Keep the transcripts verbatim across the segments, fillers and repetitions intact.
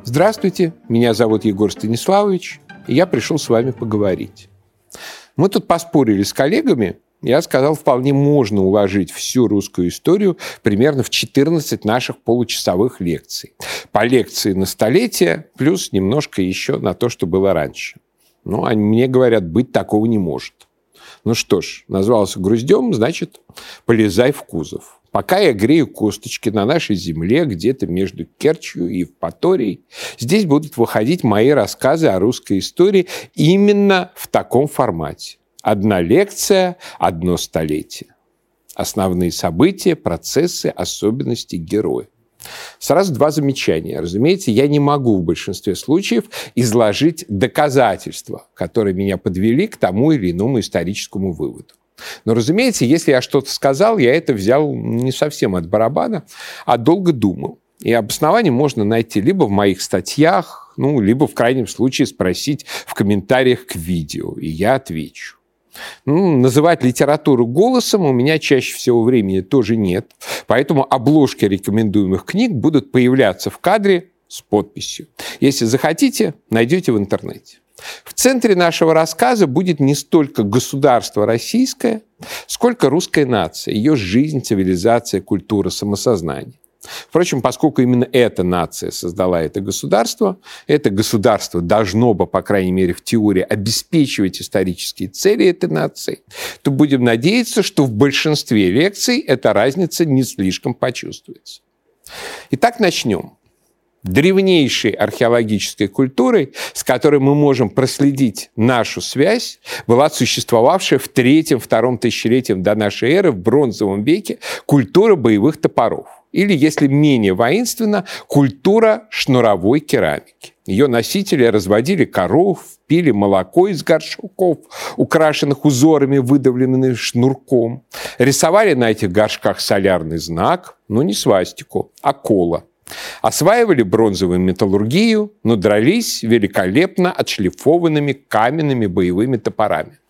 Здравствуйте, меня зовут Егор Станиславович, и я пришел с вами поговорить. Мы тут поспорили с коллегами, я сказал, вполне можно уложить всю русскую историю примерно в четырнадцать наших получасовых лекций. По лекции на столетие, плюс немножко еще на то, что было раньше. Ну, они мне говорят, быть такого не может. Ну что ж, назвался груздем, значит, полезай в кузов. Пока я грею косточки на нашей земле, где-то между Керчью и Евпаторией, здесь будут выходить мои рассказы о русской истории именно в таком формате. Одна лекция, одно столетие. Основные события, процессы, особенности, герои. Сразу два замечания. Разумеется, я не могу в большинстве случаев изложить доказательства, которые меня подвели к тому или иному историческому выводу. Но, разумеется, если я что-то сказал, я это взял не совсем от барабана, а долго думал. И обоснование можно найти либо в моих статьях, ну, либо, в крайнем случае, спросить в комментариях к видео, и я отвечу. Ну, называть литературу голосом у меня чаще всего времени тоже нет, поэтому обложки рекомендуемых книг будут появляться в кадре с подписью. Если захотите, найдете в интернете. В центре нашего рассказа будет не столько государство российское, сколько русская нация, ее жизнь, цивилизация, культура, самосознание. Впрочем, поскольку именно эта нация создала это государство, это государство должно бы, по крайней мере, в теории обеспечивать исторические цели этой нации, то будем надеяться, что в большинстве лекций эта разница не слишком почувствуется. Итак, начнем. Древнейшей археологической культурой, с которой мы можем проследить нашу связь, была существовавшая в третьем-втором тысячелетиях до нашей эры, в бронзовом веке, культура боевых топоров. Или, если менее воинственно, культура шнуровой керамики. Ее носители разводили коров, пили молоко из горшков, украшенных узорами, выдавленными шнурком. Рисовали на этих горшках солярный знак, но не свастику, а коло. Осваивали бронзовую металлургию, но дрались великолепно отшлифованными каменными боевыми топорами.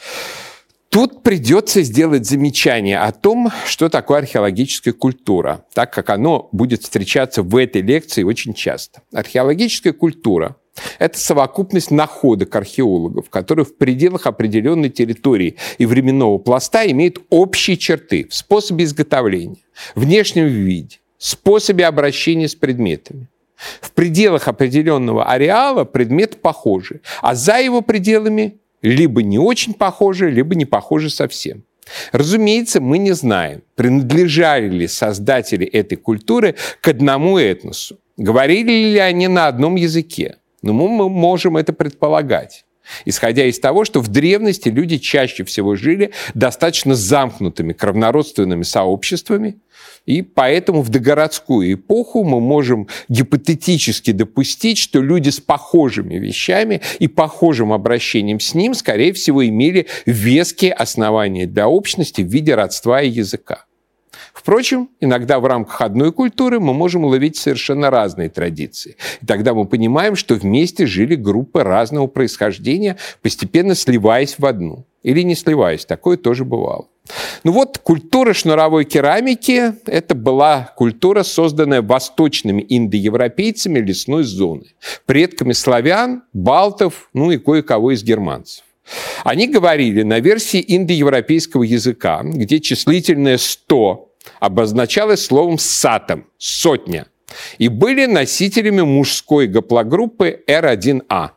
Тут придется сделать замечание о том, что такое археологическая культура, так как оно будет встречаться в этой лекции очень часто. Археологическая культура – это совокупность находок археологов, которые в пределах определенной территории и временного пласта имеют общие черты в способе изготовления, внешнем виде, способе обращения с предметами. В пределах определенного ареала предметы похожи, а за его пределами либо не очень похожи, либо не похожи совсем. Разумеется, мы не знаем, принадлежали ли создатели этой культуры к одному этносу, говорили ли они на одном языке, но мы можем это предполагать, исходя из того, что в древности люди чаще всего жили достаточно замкнутыми кровнородственными сообществами, и поэтому в догородскую эпоху мы можем гипотетически допустить, что люди с похожими вещами и похожим обращением с ним, скорее всего, имели веские основания для общности в виде родства и языка. Впрочем, иногда в рамках одной культуры мы можем уловить совершенно разные традиции. И тогда мы понимаем, что вместе жили группы разного происхождения, постепенно сливаясь в одну. Или не сливаясь, такое тоже бывало. Ну вот, культура шнуровой керамики – это была культура, созданная восточными индоевропейцами лесной зоны, предками славян, балтов, ну и кое-кого из германцев. Они говорили на версии индоевропейского языка, где числительное «сто» обозначалось словом «сатом» – «сотня», и были носителями мужской гаплогруппы эр один а.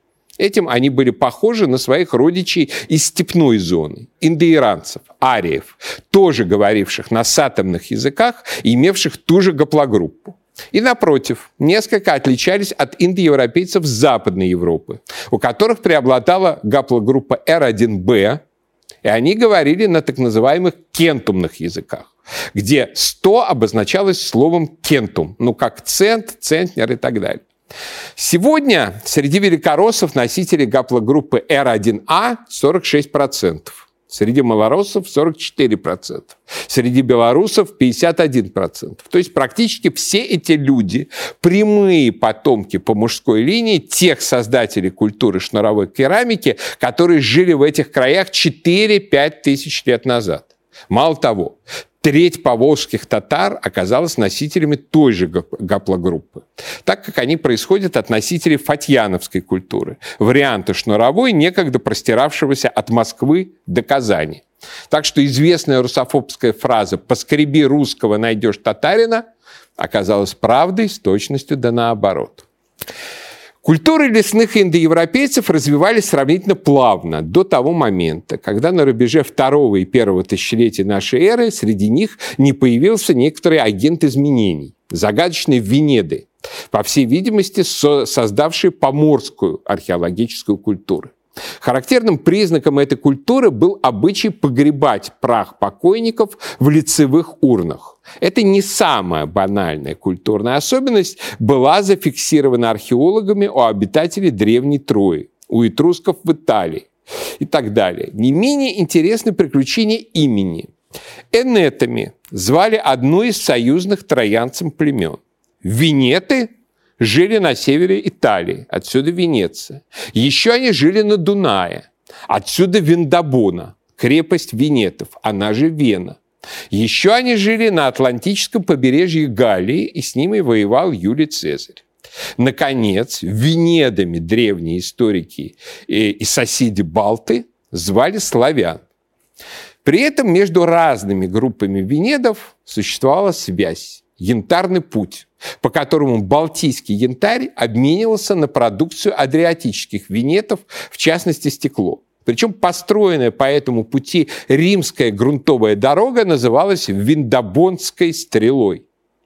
Этим они были похожи на своих родичей из степной зоны, индоиранцев, ариев, тоже говоривших на сатомных языках и имевших ту же гаплогруппу. И, напротив, несколько отличались от индоевропейцев Западной Европы, у которых преобладала гаплогруппа эр один бэ, и они говорили на так называемых кентумных языках, где сто обозначалось словом кентум, ну как цент, центнер и так далее. Сегодня среди великороссов носителей гаплогруппы эр один а сорок шесть процентов, среди малороссов сорок четыре процента, среди белорусов пятьдесят один процент. То есть практически все эти люди – прямые потомки по мужской линии тех создателей культуры шнуровой керамики, которые жили в этих краях четыре-пять тысяч лет назад. Мало того, Треть поволжских татар оказалась носителями той же гаплогруппы, так как они происходят от носителей фатьяновской культуры, варианта шнуровой, некогда простиравшегося от Москвы до Казани. Так что известная русофобская фраза «поскреби русского, найдешь татарина» оказалась правдой с точностью да наоборот. Культуры лесных индоевропейцев развивались сравнительно плавно до того момента, когда на рубеже второго и первого тысячелетия нашей эры среди них не появился некоторый агент изменений, загадочные Венеды, по всей видимости, создавшие поморскую археологическую культуру. Характерным признаком этой культуры был обычай погребать прах покойников в лицевых урнах. Это не самая банальная культурная особенность, была зафиксирована археологами у обитателей Древней Трои, у этрусков в Италии и так далее. Не менее интересны приключения имени. Энетами звали одну из союзных троянцам племен. Венеты жили на севере Италии, отсюда Венеция. Еще они жили на Дунае, отсюда Виндабона, крепость венетов, она же Вена. Еще они жили на Атлантическом побережье Галлии, и с ними воевал Юлий Цезарь. Наконец, Венедами древние историки и соседи Балты звали славян. При этом между разными группами венедов существовала связь. Янтарный путь, по которому балтийский янтарь обменивался на продукцию адриатических венетов, в частности, стекло. Причем построенная по этому пути римская грунтовая дорога называлась Виндабонской стрелой.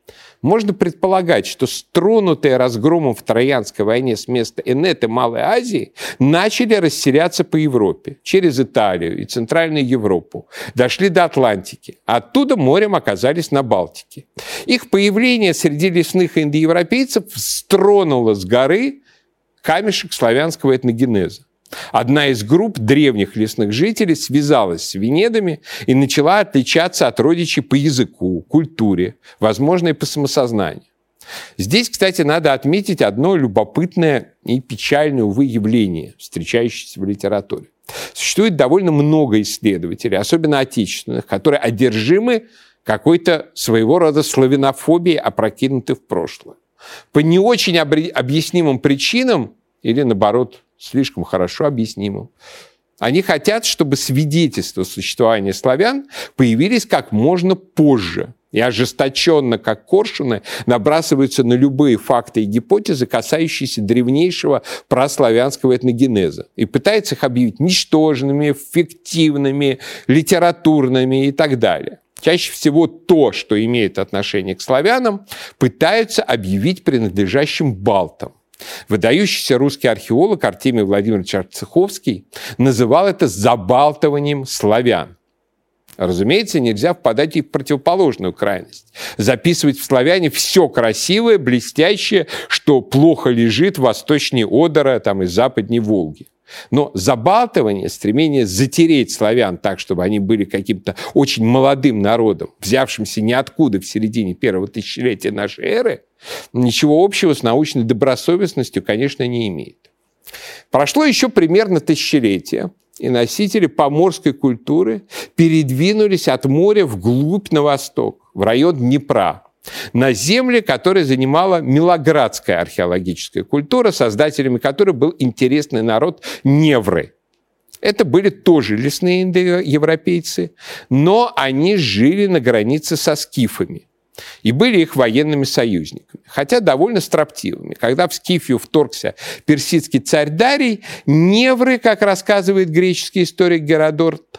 Можно предполагать, что стронутые разгромом в Троянской войне с места Энеты Малой Азии начали расселяться по Европе, через Италию и Центральную Европу, дошли до Атлантики, оттуда морем оказались на Балтике. Их появление среди лесных индоевропейцев стронуло с горы камешек славянского этногенеза. Одна из групп древних лесных жителей связалась с венедами и начала отличаться от родичей по языку, культуре, возможно, и по самосознанию. Здесь, кстати, надо отметить одно любопытное и печальное, увы, явление, встречающееся в литературе. Существует довольно много исследователей, особенно отечественных, которые одержимы какой-то своего рода славянофобией, опрокинуты в прошлое. По не очень объяснимым причинам или, наоборот, слишком хорошо объяснимым. Они хотят, чтобы свидетельства существования славян появились как можно позже и ожесточенно, как коршуны, набрасываются на любые факты и гипотезы, касающиеся древнейшего праславянского этногенеза, и пытаются их объявить ничтожными, фиктивными, литературными и так далее. Чаще всего то, что имеет отношение к славянам, пытаются объявить принадлежащим балтам. Выдающийся русский археолог Артемий Владимирович Арцеховский называл это забалтыванием славян. Разумеется, нельзя впадать и в противоположную крайность. Записывать в славяне все красивое, блестящее, что плохо лежит восточнее Одера там, и западнее Волги. Но забалтывание, стремление затереть славян так, чтобы они были каким-то очень молодым народом, взявшимся ниоткуда в середине первого тысячелетия нашей эры, ничего общего с научной добросовестностью, конечно, не имеет. Прошло еще примерно тысячелетие, и носители поморской культуры передвинулись от моря вглубь на восток, в район Днепра, на земли, которые занимала милоградская археологическая культура, создателями которой был интересный народ невры. Это были тоже лесные индоевропейцы, но они жили на границе со скифами и были их военными союзниками, хотя довольно строптивыми. Когда в Скифию вторгся персидский царь Дарий, невры, как рассказывает греческий историк Геродот,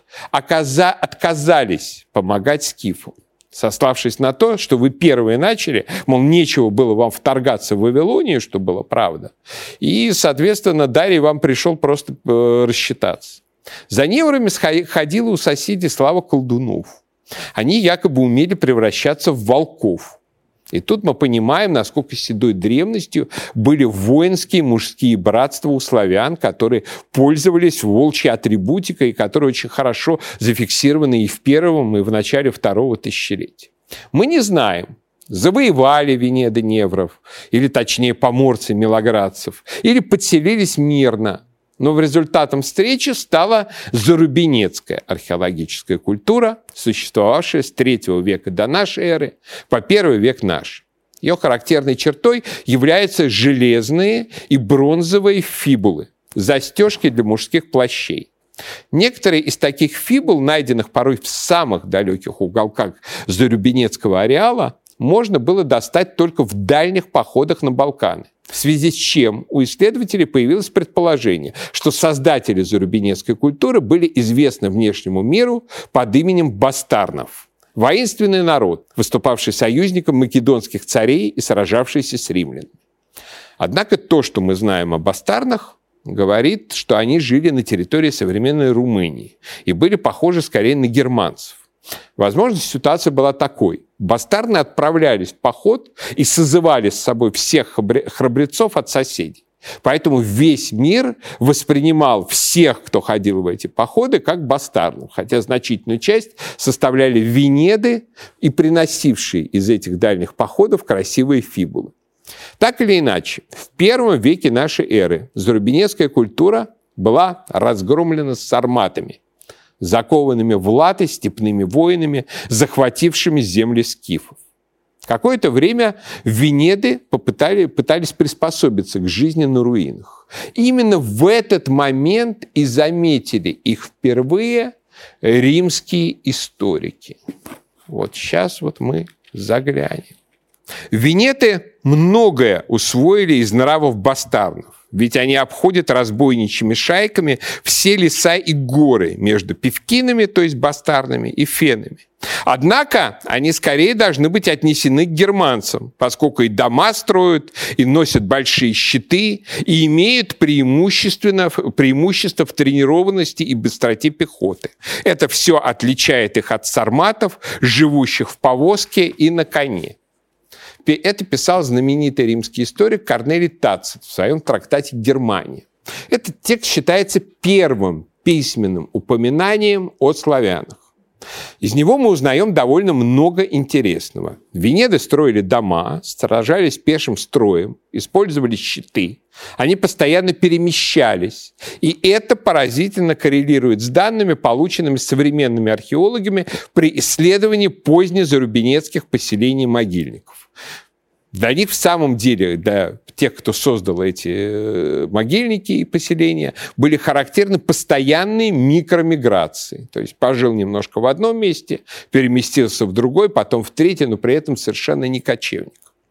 отказались помогать скифам, сославшись на то, что вы первые начали, мол, нечего было вам вторгаться в Вавилонию, что было правда, и, соответственно, Дарий вам пришел просто рассчитаться. За неврами ходила у соседей слава колдунов. Они якобы умели превращаться в волков. И тут мы понимаем, насколько седой древностью были воинские мужские братства у славян, которые пользовались волчьей атрибутикой, и которые очень хорошо зафиксированы и в первом, и в начале второго тысячелетия. Мы не знаем, завоевали венеды невров, или точнее поморцы милоградцев, или подселились мирно. Но в результате встречи стала зарубинецкая археологическая культура, существовавшая с третьего века до нашей эры по первый век наш. Ее характерной чертой являются железные и бронзовые фибулы, застежки для мужских плащей. Некоторые из таких фибул, найденных порой в самых далеких уголках зарубинецкого ареала, можно было достать только в дальних походах на Балканы. В связи с чем у исследователей появилось предположение, что создатели зарубинецкой культуры были известны внешнему миру под именем бастарнов. Воинственный народ, выступавший союзником македонских царей и сражавшийся с римлянами. Однако то, что мы знаем о бастарнах, говорит, что они жили на территории современной Румынии и были похожи скорее на германцев. Возможно, ситуация была такой. Бастарны отправлялись в поход и созывали с собой всех храбрецов от соседей. Поэтому весь мир воспринимал всех, кто ходил в эти походы, как бастарнов, хотя значительную часть составляли венеды и приносившие из этих дальних походов красивые фибулы. Так или иначе, в первом веке нашей эры зарубинецкая культура была разгромлена сарматами, закованными в латы степными воинами, захватившими земли скифов. Какое-то время венеды попытали, пытались приспособиться к жизни на руинах. Именно в этот момент и заметили их впервые римские историки. Вот сейчас вот мы заглянем. Венеты многое усвоили из нравов бастарнов, ведь они обходят разбойничьими шайками все леса и горы между певкинами, то есть бастарнами, и фенами. Однако они скорее должны быть отнесены к германцам, поскольку и дома строят, и носят большие щиты, и имеют преимущественно, преимущество в тренированности и быстроте пехоты. Это все отличает их от сарматов, живущих в повозке и на коне. Это писал знаменитый римский историк Корнелий Тацит в своем трактате «Германия». Этот текст считается первым письменным упоминанием о славянах. Из него мы узнаем довольно много интересного. Венеды строили дома, сражались пешим строем, использовали щиты. Они постоянно перемещались. И это поразительно коррелирует с данными, полученными современными археологами при исследовании позднезарубинецких поселений могильников. Для них в самом деле, для тех, кто создал эти могильники и поселения, были характерны постоянные микромиграции. То есть пожил немножко в одном месте, переместился в другой, потом в третий, но при этом совершенно не кочевник.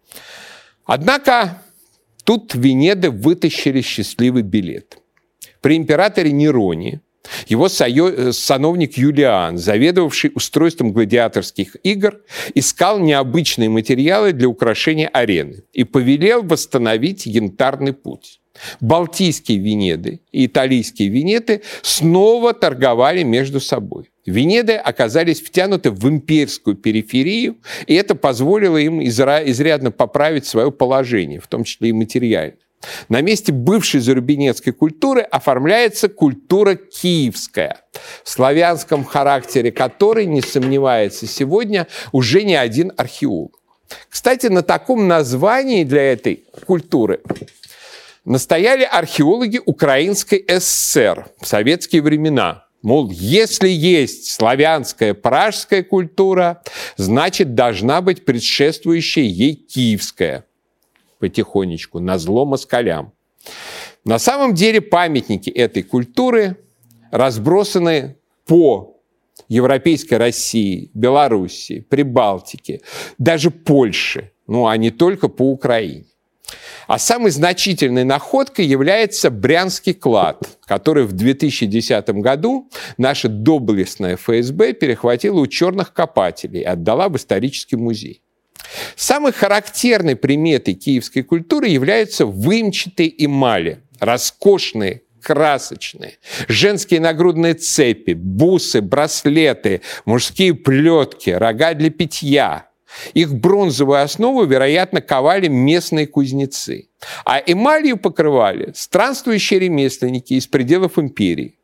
Однако тут венеды вытащили счастливый билет. При императоре Нероне его сановник Юлиан, заведовавший устройством гладиаторских игр, искал необычные материалы для украшения арены и повелел восстановить янтарный путь. Балтийские венеды и италийские венеты снова торговали между собой. Венеды оказались втянуты в имперскую периферию, и это позволило им изрядно поправить свое положение, в том числе и материально. На месте бывшей зарубинецкой культуры оформляется культура киевская, в славянском характере которой, не сомневается сегодня, уже не один археолог. Кстати, на таком названии для этой культуры настояли археологи Украинской ССР в советские времена. Мол, если есть славянская пражская культура, значит, должна быть предшествующая ей киевская. Потихонечку, назло москалям. На самом деле памятники этой культуры разбросаны по европейской России, Белоруссии, Прибалтике, даже Польше, ну а не только по Украине. А самой значительной находкой является Брянский клад, который в две тысячи десятом году наша доблестная эф эс бэ перехватила у черных копателей и отдала в исторический музей. Самой характерной приметой киевской культуры являются выемчатые эмали, роскошные, красочные, женские нагрудные цепи, бусы, браслеты, мужские плетки, рога для питья. Их бронзовую основу, вероятно, ковали местные кузнецы. А эмалью покрывали странствующие ремесленники из пределов империи.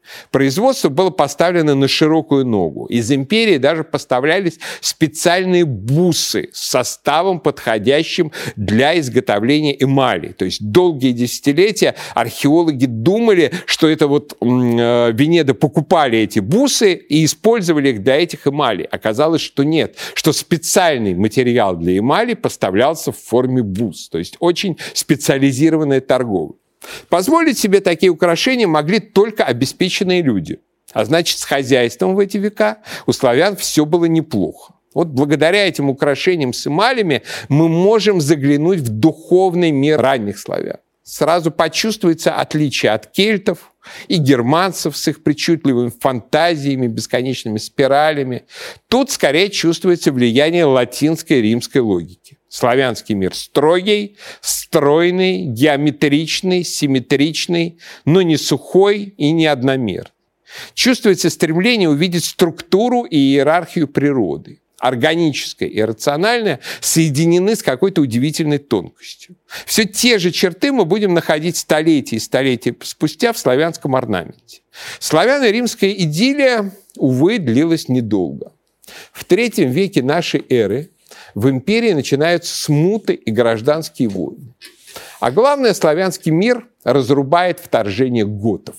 Производство было поставлено на широкую ногу. Из империи даже поставлялись специальные бусы с составом, подходящим для изготовления эмали. То есть долгие десятилетия археологи думали, что это вот Венеды покупали эти бусы и использовали их для этих эмалей. Оказалось, что нет, что специальный материал для эмали поставлялся в форме бус. То есть очень специализированная торговля. Позволить себе такие украшения могли только обеспеченные люди. А значит, с хозяйством в эти века у славян все было неплохо. Вот благодаря этим украшениям с эмалями мы можем заглянуть в духовный мир ранних славян. Сразу почувствуется отличие от кельтов и германцев с их причудливыми фантазиями, бесконечными спиралями. Тут скорее чувствуется влияние латинской и римской логики. Славянский мир строгий, стройный, геометричный, симметричный, но не сухой и не одномерный. Чувствуется стремление увидеть структуру и иерархию природы. Органическое и рациональное соединены с какой-то удивительной тонкостью. Все те же черты мы будем находить столетия и столетия спустя в славянском орнаменте. Славяно-римская идиллия, увы, длилась недолго. В третьем веке нашей эры в империи начинаются смуты и гражданские войны. А главное, славянский мир разрубает вторжение готов.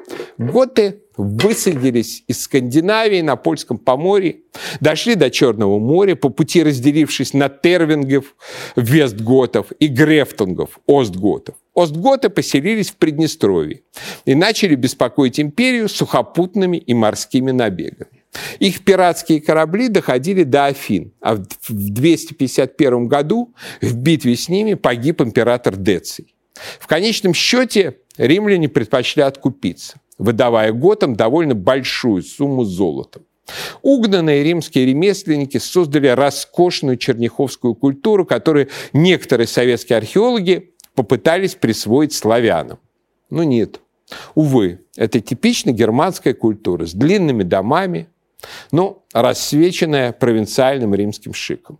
Готы высадились из Скандинавии на Польском поморье, дошли до Черного моря, по пути разделившись на тервингов, вестготов, и грефтунгов, остготов. Остготы поселились в Приднестровье и начали беспокоить империю сухопутными и морскими набегами. Их пиратские корабли доходили до Афин, а в двести пятьдесят первом году в битве с ними погиб император Деций. В конечном счете римляне предпочли откупиться, выдавая готам довольно большую сумму золота. Угнанные римские ремесленники создали роскошную черняховскую культуру, которую некоторые советские археологи попытались присвоить славянам. Но нет. Увы, это типично германская культура с длинными домами, но рассвеченная провинциальным римским шиком.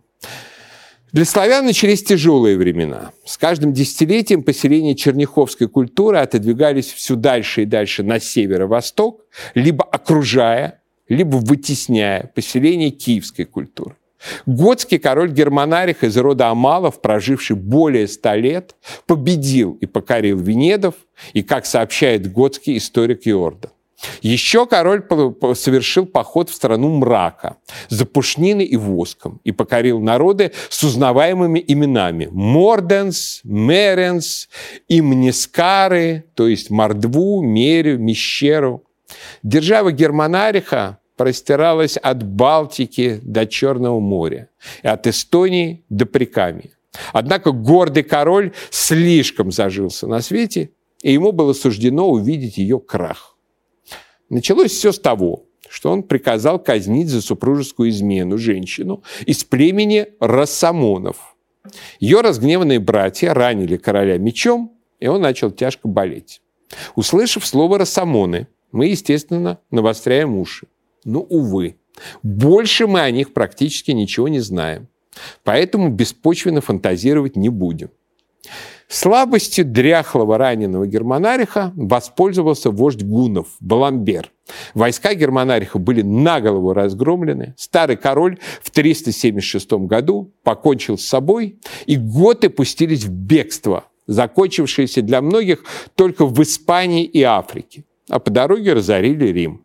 Для славян начались тяжелые времена. С каждым десятилетием поселения черняховской культуры отодвигались все дальше и дальше на северо-восток, либо окружая, либо вытесняя поселение киевской культуры. Готский король Германарих из рода Амалов, проживший более ста лет, победил и покорил венедов, и, как сообщает готский историк Йордан. Еще король совершил поход в страну мрака за пушниной и воском и покорил народы с узнаваемыми именами: Морденс, Меренс, Имнескары, то есть Мордву, Мерю, Мещеру. Держава Германариха простиралась от Балтики до Черного моря, и от Эстонии до Прикамья. Однако гордый король слишком зажился на свете, и ему было суждено увидеть ее крах. Началось все с того, что он приказал казнить за супружескую измену женщину из племени Рассамонов. Ее разгневанные братья ранили короля мечом, и он начал тяжко болеть. Услышав слово «Рассамоны», мы, естественно, навостряем уши. Но, увы, больше мы о них практически ничего не знаем, поэтому беспочвенно фантазировать не будем. Слабостью дряхлого раненого Германариха воспользовался вождь гуннов Баламбер. Войска Германариха были наголову разгромлены. Старый король в триста семьдесят шестом году покончил с собой, и готы пустились в бегство, закончившееся для многих только в Испании и Африке, а по дороге разорили Рим.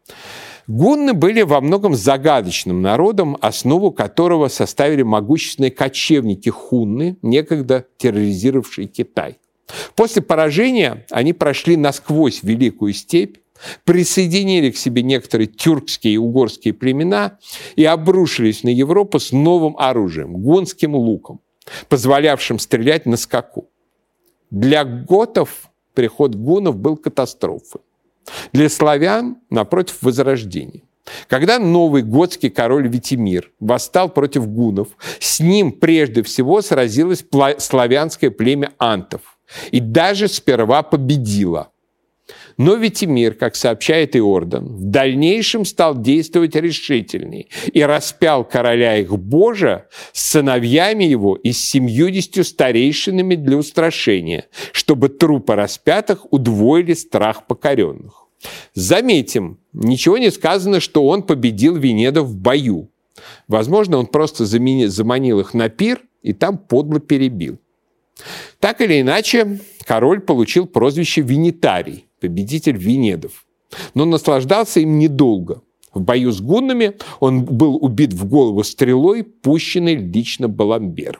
Гунны были во многом загадочным народом, основу которого составили могущественные кочевники хунны, некогда терроризировавшие Китай. После поражения они прошли насквозь Великую степь, присоединили к себе некоторые тюркские и угорские племена и обрушились на Европу с новым оружием – гунским луком, позволявшим стрелять на скаку. Для готов приход гуннов был катастрофой. Для славян, напротив, возрождение. Когда новый готский король Витимир восстал против гуннов, с ним прежде всего сразилось славянское племя антов и даже сперва победило. Но Витимир, как сообщает Иордан, в дальнейшем стал действовать решительнее и распял короля их божа с сыновьями его и с семьюдесятью старейшинами для устрашения, чтобы трупы распятых удвоили страх покоренных. Заметим, ничего не сказано, что он победил венедов в бою. Возможно, он просто заманил их на пир и там подло перебил. Так или иначе, король получил прозвище Венетарий, победитель венедов. Но наслаждался им недолго. В бою с гуннами он был убит в голову стрелой, пущенной лично Баламбером.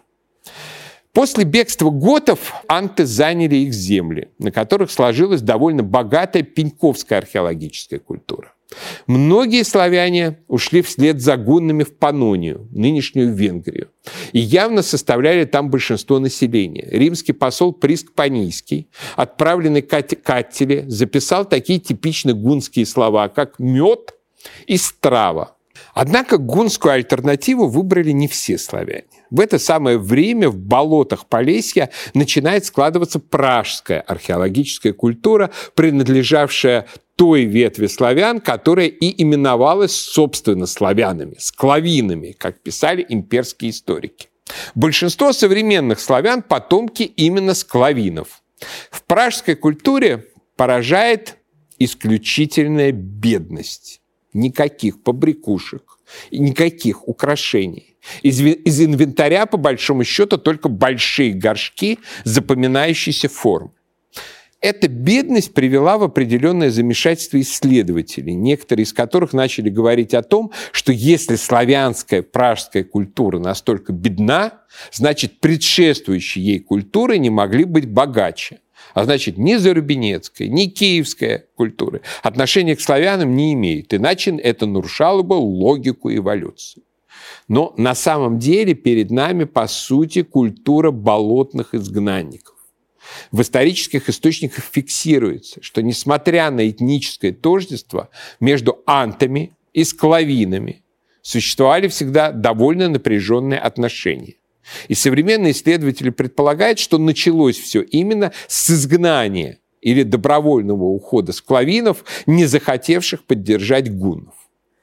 После бегства готов анты заняли их земли, на которых сложилась довольно богатая пеньковская археологическая культура. Многие славяне ушли вслед за гуннами в Панонию, нынешнюю Венгрию, и явно составляли там большинство населения. Римский посол Приск Панийский, отправленный к Аттиле, записал такие типичные гунские слова, как «мед» и «страва». Однако гунскую альтернативу выбрали не все славяне. В это самое время в болотах Полесья начинает складываться пражская археологическая культура, принадлежавшая той ветви славян, которая и именовалась, собственно, славянами, склавинами, как писали имперские историки. Большинство современных славян – потомки именно склавинов. В пражской культуре поражает исключительная бедность. Никаких побрякушек, никаких украшений. Из, из инвентаря, по большому счету, только большие горшки запоминающейся формы. Эта бедность привела в определенное замешательство исследователей, некоторые из которых начали говорить о том, что если славянская пражская культура настолько бедна, значит, предшествующие ей культуры не могли быть богаче. А значит, ни зарубинецкая, ни киевская культуры отношения к славянам не имеют, иначе это нарушало бы логику эволюции. Но на самом деле перед нами, по сути, культура болотных изгнанников. В исторических источниках фиксируется, что несмотря на этническое тождество между антами и склавинами существовали всегда довольно напряженные отношения. И современные исследователи предполагают, что началось все именно с изгнания или добровольного ухода склавинов, не захотевших поддержать гуннов.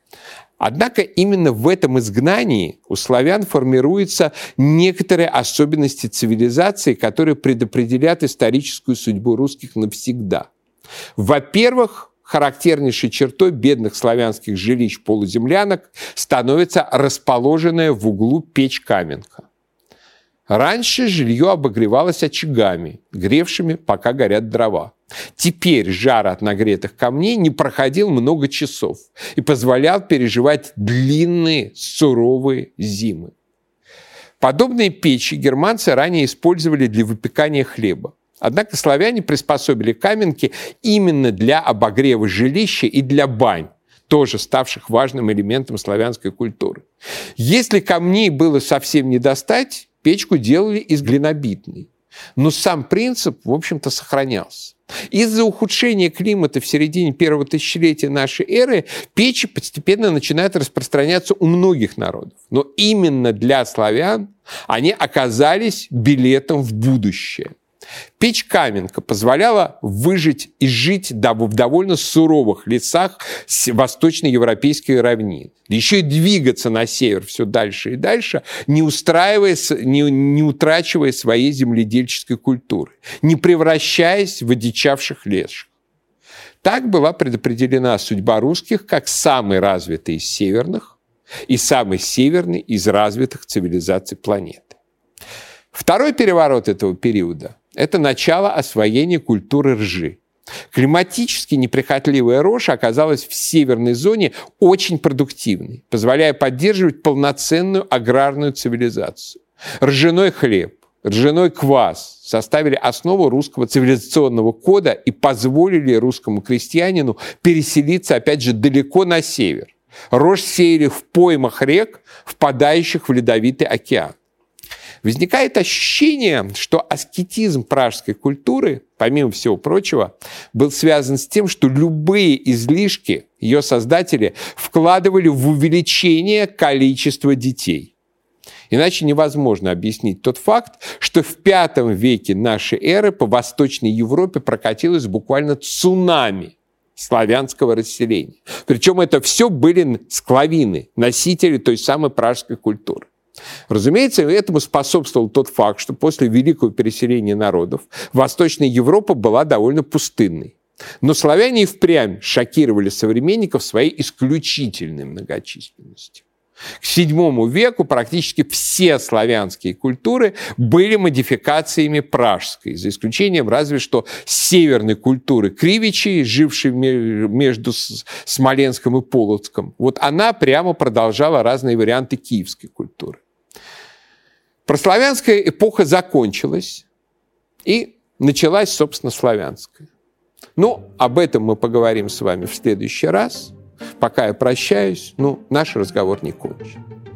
Однако именно в этом изгнании у славян формируются некоторые особенности цивилизации, которые предопределят историческую судьбу русских навсегда. Во-первых, характернейшей чертой бедных славянских жилищ-полуземлянок становится расположенная в углу печь-каменка. Раньше жилье обогревалось очагами, гревшими, пока горят дрова. Теперь жар от нагретых камней не проходил много часов и позволял переживать длинные, суровые зимы. Подобные печи германцы ранее использовали для выпекания хлеба. Однако славяне приспособили каменки именно для обогрева жилища и для бань, тоже ставших важным элементом славянской культуры. Если камней было совсем не достать, печку делали из глинобитной. Но сам принцип, в общем-то, сохранялся. Из-за ухудшения климата в середине первого тысячелетия нашей эры печи постепенно начинают распространяться у многих народов. Но именно для славян они оказались билетом в будущее. Печь-каменка позволяла выжить и жить в довольно суровых лесах восточноевропейской равнины. Еще и двигаться на север все дальше и дальше, не устраиваясь, не, не утрачивая своей земледельческой культуры, не превращаясь в одичавших леших. Так была предопределена судьба русских как самой развитой из северных и самой северной из развитых цивилизаций планеты. Второй переворот этого периода – это начало освоения культуры ржи. Климатически неприхотливая рожь оказалась в северной зоне очень продуктивной, позволяя поддерживать полноценную аграрную цивилизацию. Ржаной хлеб, ржаной квас составили основу русского цивилизационного кода и позволили русскому крестьянину переселиться, опять же, далеко на север. Рожь сеяли в поймах рек, впадающих в Ледовитый океан. Возникает ощущение, что аскетизм пражской культуры, помимо всего прочего, был связан с тем, что любые излишки ее создатели вкладывали в увеличение количества детей. Иначе невозможно объяснить тот факт, что в пятом веке нашей эры по Восточной Европе прокатилось буквально цунами славянского расселения. Причем это все были склавины, носители той самой пражской культуры. Разумеется, этому способствовал тот факт, что после великого переселения народов Восточная Европа была довольно пустынной. Но славяне и впрямь шокировали современников своей исключительной многочисленностью. К седьмому веку практически все славянские культуры были модификациями пражской, за исключением разве что северной культуры кривичей, жившей между Смоленском и Полоцком. Вот она прямо продолжала разные варианты киевской культуры. Прославянская эпоха закончилась, и началась, собственно, славянская. Ну, об этом мы поговорим с вами в следующий раз. Пока я прощаюсь, ну, наш разговор не кончен.